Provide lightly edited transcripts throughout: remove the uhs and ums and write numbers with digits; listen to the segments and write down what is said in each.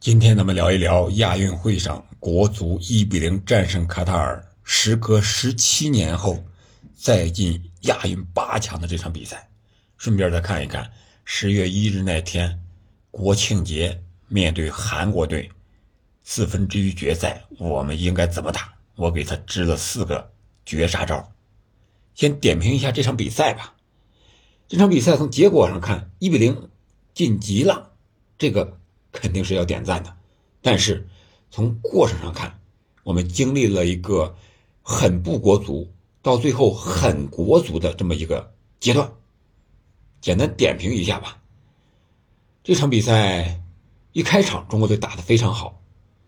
今天咱们聊一聊亚运会上国足1-0战胜卡塔尔，时隔17年后再进亚运8强的这场比赛。顺便再看一看10月1日那天国庆节面对韩国队4分之一决赛，我们应该怎么打？我给他支了4个绝杀招。先点评一下这场比赛吧。这场比赛从结果上看，1-0晋级了，这个肯定是要点赞的。但是从过程上看，我们经历了一个很不国足到最后很国足的这么一个阶段。简单点评一下吧。这场比赛一开场中国队打得非常好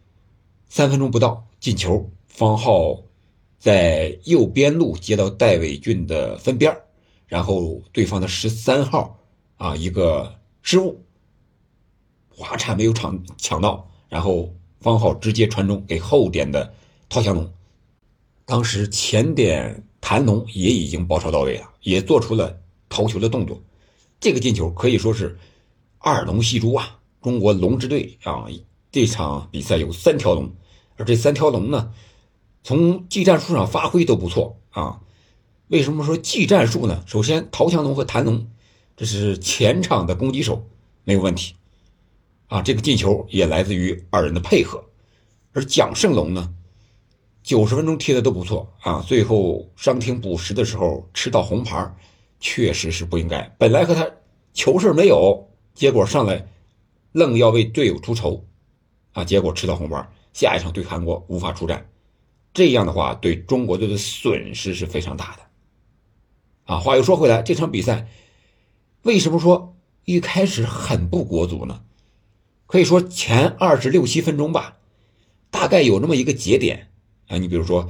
，3分钟不到进球，方浩在右边路接到戴伟俊的分边，然后对方的13号一个失误，华찬没有抢到，然后方浩直接传中给后点的陶强龙。当时前点谭龙也已经包抄到位了，也做出了头球的动作。这个进球可以说是二龙戏珠啊！中国龙之队这场比赛有3条龙，而这3条龙呢，从技战术上发挥都不错啊。为什么说技战术呢？首先陶强龙和谭龙这是前场的攻击手，没有问题这个进球也来自于2人的配合。而蒋胜龙呢，90分钟踢的都不错最后伤停补时的时候吃到红牌，确实是不应该。本来和他球事没有，结果上来愣要为队友出丑结果吃到红牌，下一场对韩国无法出战。这样的话对中国队的损失是非常大的话又说回来，这场比赛为什么说一开始很不国足呢？可以说前26、7分钟吧，大概有那么一个节点你比如说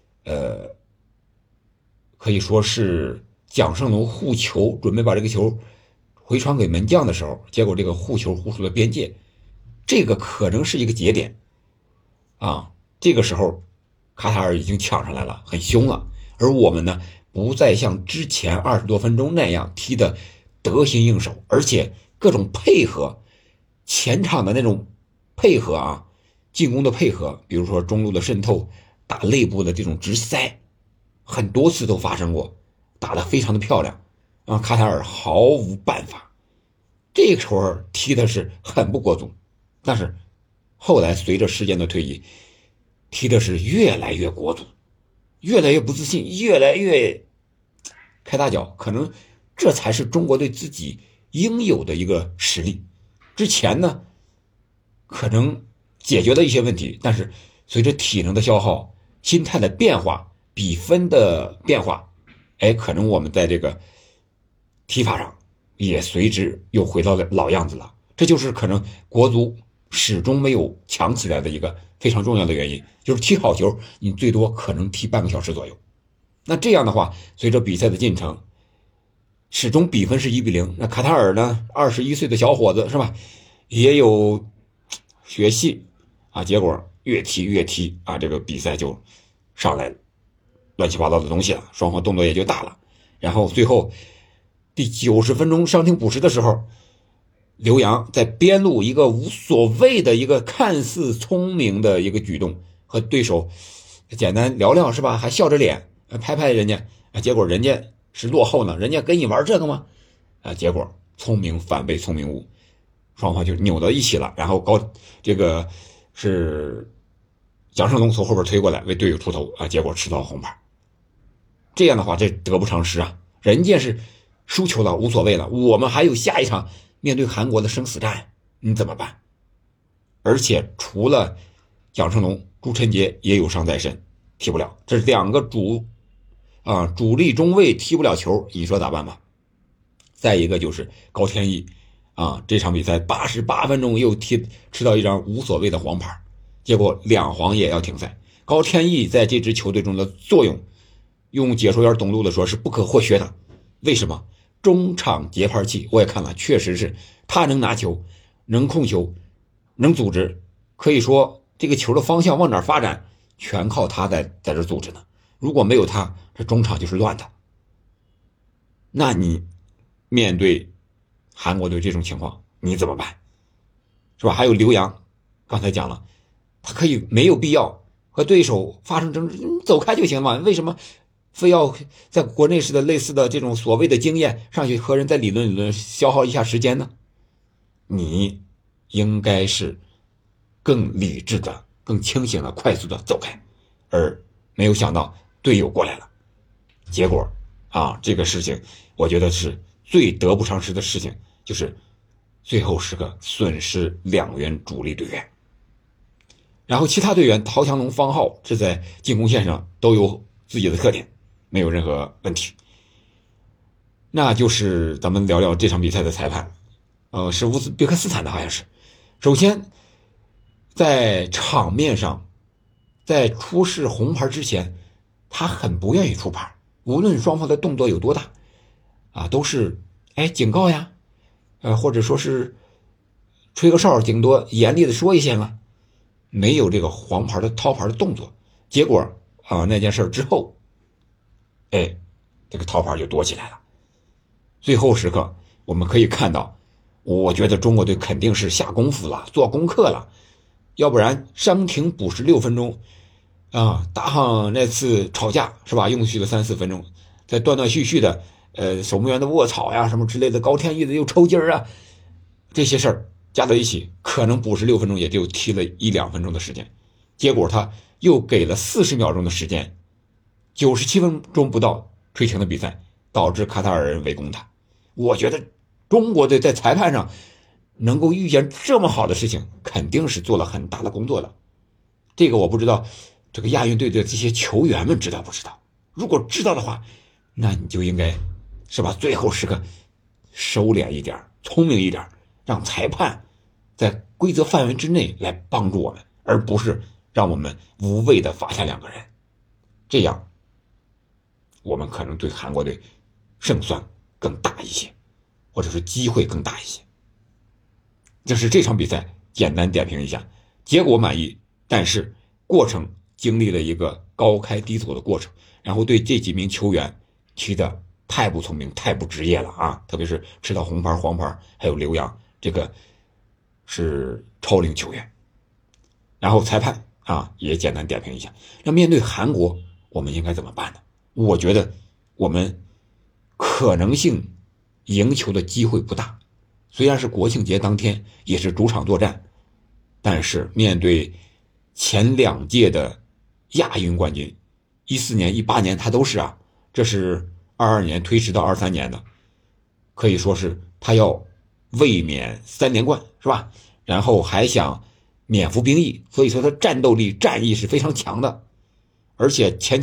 可以说是蒋胜龙护球准备把这个球回传给门将的时候，结果这个护球护出了边界，这个可能是一个节点这个时候卡塔尔已经抢上来了，很凶了。而我们呢，不再像之前20多分钟那样踢的得心应手，而且各种配合，前场的那种配合进攻的配合，比如说中路的渗透，打内部的这种直塞，很多次都发生过，打得非常的漂亮卡塔尔毫无办法。这个时候踢的是很不国足，但是后来随着时间的推移，踢的是越来越国足，越来越不自信，越来越开大脚，可能这才是中国队自己应有的一个实力。之前呢可能解决了一些问题，但是随着体能的消耗，心态的变化，比分的变化可能我们在这个踢法上也随之又回到了老样子了。这就是可能国足始终没有强起来的一个非常重要的原因，就是踢好球你最多可能踢半个小时左右。那这样的话，随着比赛的进程，始终比分是1-0。那卡塔尔呢，21岁的小伙子是吧，也有学戏结果越踢这个比赛就上来乱七八糟的东西了，双方动作也就大了。然后最后第90分钟伤停补时的时候，刘洋在边路一个无所谓的一个看似聪明的一个举动，和对手简单聊聊是吧，还笑着脸拍拍人家结果人家是落后呢，人家跟你玩这个吗结果聪明反被聪明误，双方就扭到一起了。然后这个是蒋胜龙从后边推过来为队友出头结果吃到红牌。这样的话这得不偿失人家是输球了无所谓了，我们还有下一场面对韩国的生死战，你怎么办？而且除了蒋胜龙，朱晨杰也有伤在身，踢不了。这是2个主力中卫踢不了球，你说咋办吧？再一个就是高天意这场比赛88分钟又吃到一张无所谓的黄牌，结果2黄也要停赛。高天意在这支球队中的作用，用解说员董路的说是不可或缺的。为什么？中场节拍器我也看了，确实是他能拿球，能控球，能组织，可以说这个球的方向往哪发展全靠他在这组织呢。如果没有他，这中场就是乱的。那你面对韩国队这种情况你怎么办？是吧？还有刘洋刚才讲了，他可以没有必要和对手发生争执，你走开就行嘛，为什么非要在国内式的类似的这种所谓的经验上去和人再理论消耗一下时间呢？你应该是更理智的、更清醒的、快速的走开，而没有想到队友过来了，结果这个事情我觉得是最得不偿失的事情，就是最后时刻损失2员主力队员。然后其他队员陶强龙、方浩这在进攻线上都有自己的特点，没有任何问题。那就是咱们聊聊这场比赛的裁判，是乌兹别克斯坦的，好像是。首先在场面上，在出示红牌之前，他很不愿意出牌，无论双方的动作有多大都是警告呀，或者说是吹个哨，顶多严厉的说一些嘛，没有这个黄牌的掏牌的动作。结果那件事之后，这个掏牌就多起来了。最后时刻我们可以看到，我觉得中国队肯定是下功夫了，做功课了，要不然伤停补时6分钟大航那次吵架是吧，用去了3-4分钟，再断断续续的守门员的卧草呀什么之类的，高天宇的又抽筋这些事儿加在一起，可能补时6分钟也就踢了1-2分钟的时间。结果他又给了40秒钟的时间，97分钟不到吹停的比赛，导致卡塔尔人围攻他。我觉得中国队在裁判上能够遇见这么好的事情，肯定是做了很大的工作的。这个我不知道这个亚运队的这些球员们知道不知道，如果知道的话，那你就应该是吧，最后时刻收敛一点，聪明一点，让裁判在规则范围之内来帮助我们，而不是让我们无谓的罚下2个人。这样我们可能对韩国队胜算更大一些，或者是机会更大一些。这是这场比赛简单点评一下，结果满意，但是过程经历了一个高开低走的过程，然后对这几名球员踢得太不聪明，太不职业了特别是吃到红牌、黄牌，还有刘洋，这个是超龄球员。然后裁判也简单点评一下。那面对韩国我们应该怎么办呢？我觉得我们可能性赢球的机会不大，虽然是国庆节当天，也是主场作战，但是面对前2届的亚运冠军，14年、18年他都是这是22年推迟到23年的，可以说是他要卫冕3连冠是吧？然后还想免服兵役，所以说他战斗力、战役是非常强的。而且前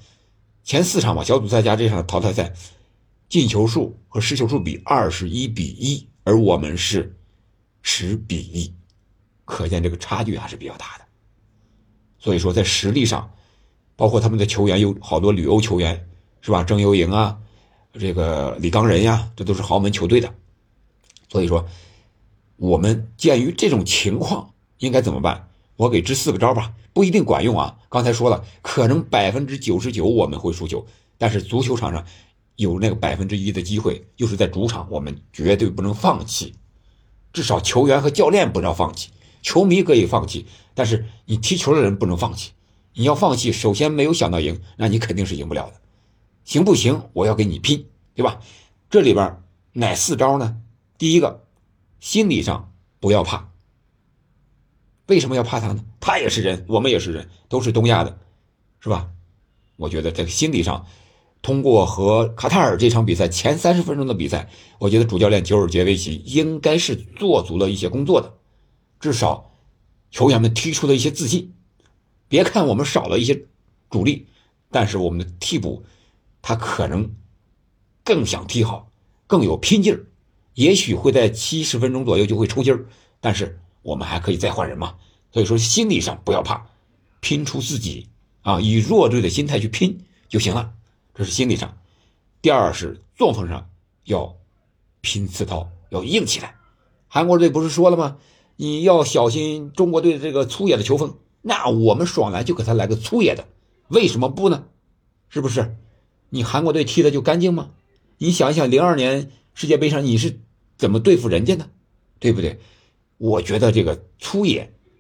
4场吧，小组赛加这场淘汰赛，进球数和失球数比21-1，而我们是10-1，可见这个差距还是比较大的。所以说在实力上，包括他们的球员有好多旅欧球员是吧，郑优莹这个李刚仁这都是豪门球队的。所以说我们鉴于这种情况应该怎么办？我给支4个招吧，不一定管用刚才说了，可能99%我们会输球，但是足球场上有那个1%的机会，又是在主场，我们绝对不能放弃。至少球员和教练不要放弃，球迷可以放弃，但是你踢球的人不能放弃。你要放弃，首先没有想到赢，那你肯定是赢不了的。行不行？我要跟你拼，对吧？这里边哪4招呢？第一个，心理上不要怕。为什么要怕他呢？他也是人，我们也是人，都是东亚的，是吧？我觉得这个心理上，通过和卡塔尔这场比赛前30分钟的比赛，我觉得主教练久尔杰维奇应该是做足了一些工作的，至少球员们踢出了一些自信。别看我们少了一些主力，但是我们的替补他可能更想踢好，更有拼劲儿，也许会在70分钟左右就会抽筋儿，但是我们还可以再换人嘛。所以说心理上不要怕，拼出自己以弱队的心态去拼就行了，这是心理上。第二是作风上要拼刺刀，要硬起来。韩国队不是说了吗？你要小心中国队的这个粗野的球风，那我们爽来就给他来个粗野的，为什么不呢？是不是？你韩国队踢的就干净吗？你想一想02年世界杯上你是怎么对付人家的，对不对？我觉得这个粗野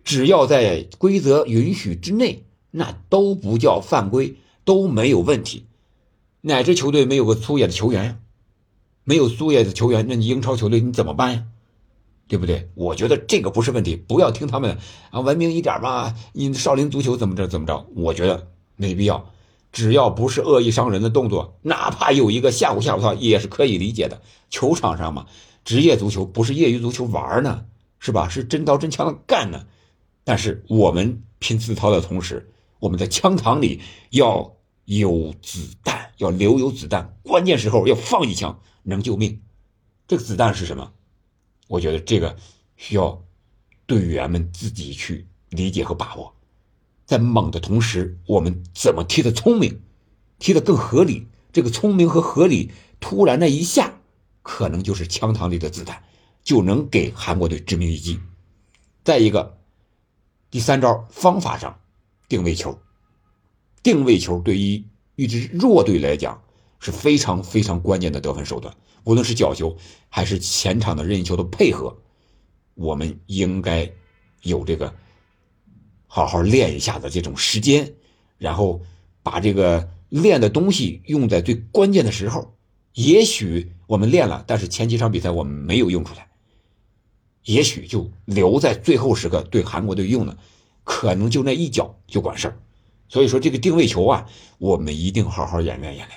只要在规则允许之内，那都不叫犯规，都没有问题。哪支球队没有个苏野的球员呀？没有苏野的球员，那你英超球队你怎么办呀？对不对？我觉得这个不是问题，不要听他们啊，文明一点吧，你少林足球怎么着，我觉得没必要。只要不是恶意伤人的动作，哪怕有一个吓唬他也是可以理解的。球场上嘛，职业足球不是业余足球玩呢，是吧？是真刀真枪的干呢。但是我们拼刺操的同时，我们在枪膛里要有子弹，要留有子弹，关键时候要放一枪能救命。这个子弹是什么？我觉得这个需要队员们自己去理解和把握。在猛的同时，我们怎么踢得聪明，踢得更合理。这个聪明和合理，突然那一下，可能就是枪膛里的子弹，就能给韩国队致命一击。再一个，第三招方法上，定位球。定位球对于一支弱队来讲是非常非常关键的得分手段，无论是角球还是前场的任意球的配合，我们应该有这个好好练一下的这种时间，然后把这个练的东西用在最关键的时候。也许我们练了，但是前几场比赛我们没有用出来，也许就留在最后时刻对韩国队用的，可能就那一脚就管事儿。所以说这个定位球啊，我们一定好好演练演练。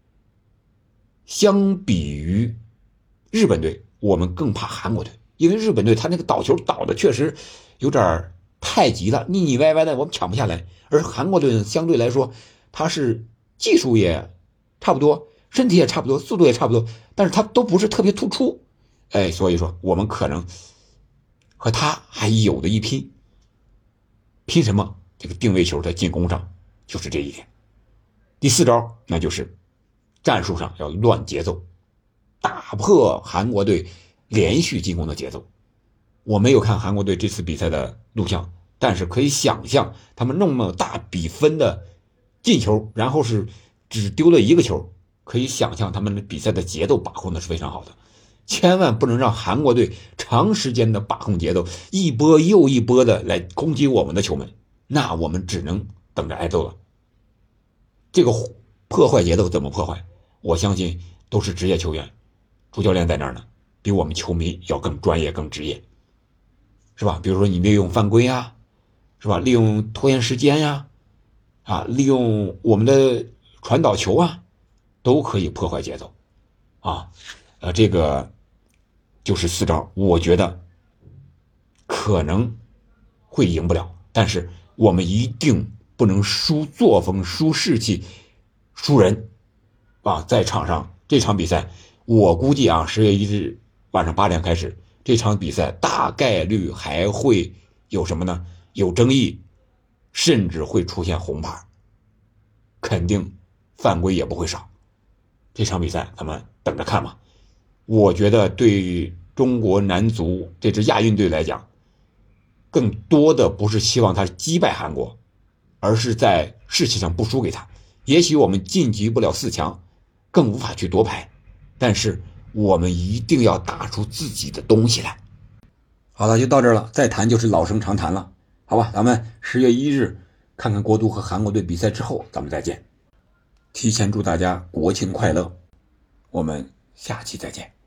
相比于日本队，我们更怕韩国队，因为日本队他那个倒球倒的确实有点太急了，腻腻歪歪的，我们抢不下来。而韩国队相对来说，他是技术也差不多，身体也差不多，速度也差不多，但是他都不是特别突出。所以说我们可能和他还有的一拼。拼什么？这个定位球在进攻上就是这一点。第四招，那就是战术上要乱节奏，打破韩国队连续进攻的节奏。我没有看韩国队这次比赛的录像，但是可以想象他们那么大比分的进球，然后是只丢了一个球，可以想象他们的比赛的节奏把控的是非常好的。千万不能让韩国队长时间的把控节奏，一波又一波的来攻击我们的球门，那我们只能等着挨揍了。这个破坏节奏怎么破坏？我相信都是职业球员，主教练在那儿呢，比我们球迷要更专业更职业，是吧？比如说你利用犯规啊，是吧？利用拖延时间呀，利用我们的传导球啊，都可以破坏节奏啊。这个就是四招，我觉得可能会赢不了，但是我们一定不能输作风、输士气、输人在场上这场比赛，我估计10月1日晚上8点开始，这场比赛大概率还会有什么呢？有争议，甚至会出现红牌，肯定犯规也不会少。这场比赛咱们等着看吧。我觉得对中国男足这支亚运队来讲，更多的不是希望他击败韩国，而是在士气上不输给他。也许我们晋级不了4强，更无法去夺牌，但是我们一定要打出自己的东西来。好了，就到这儿了，再谈就是老生常谈了，好吧？咱们10月1日看看国足和韩国队比赛之后，咱们再见。提前祝大家国庆快乐，我们下期再见。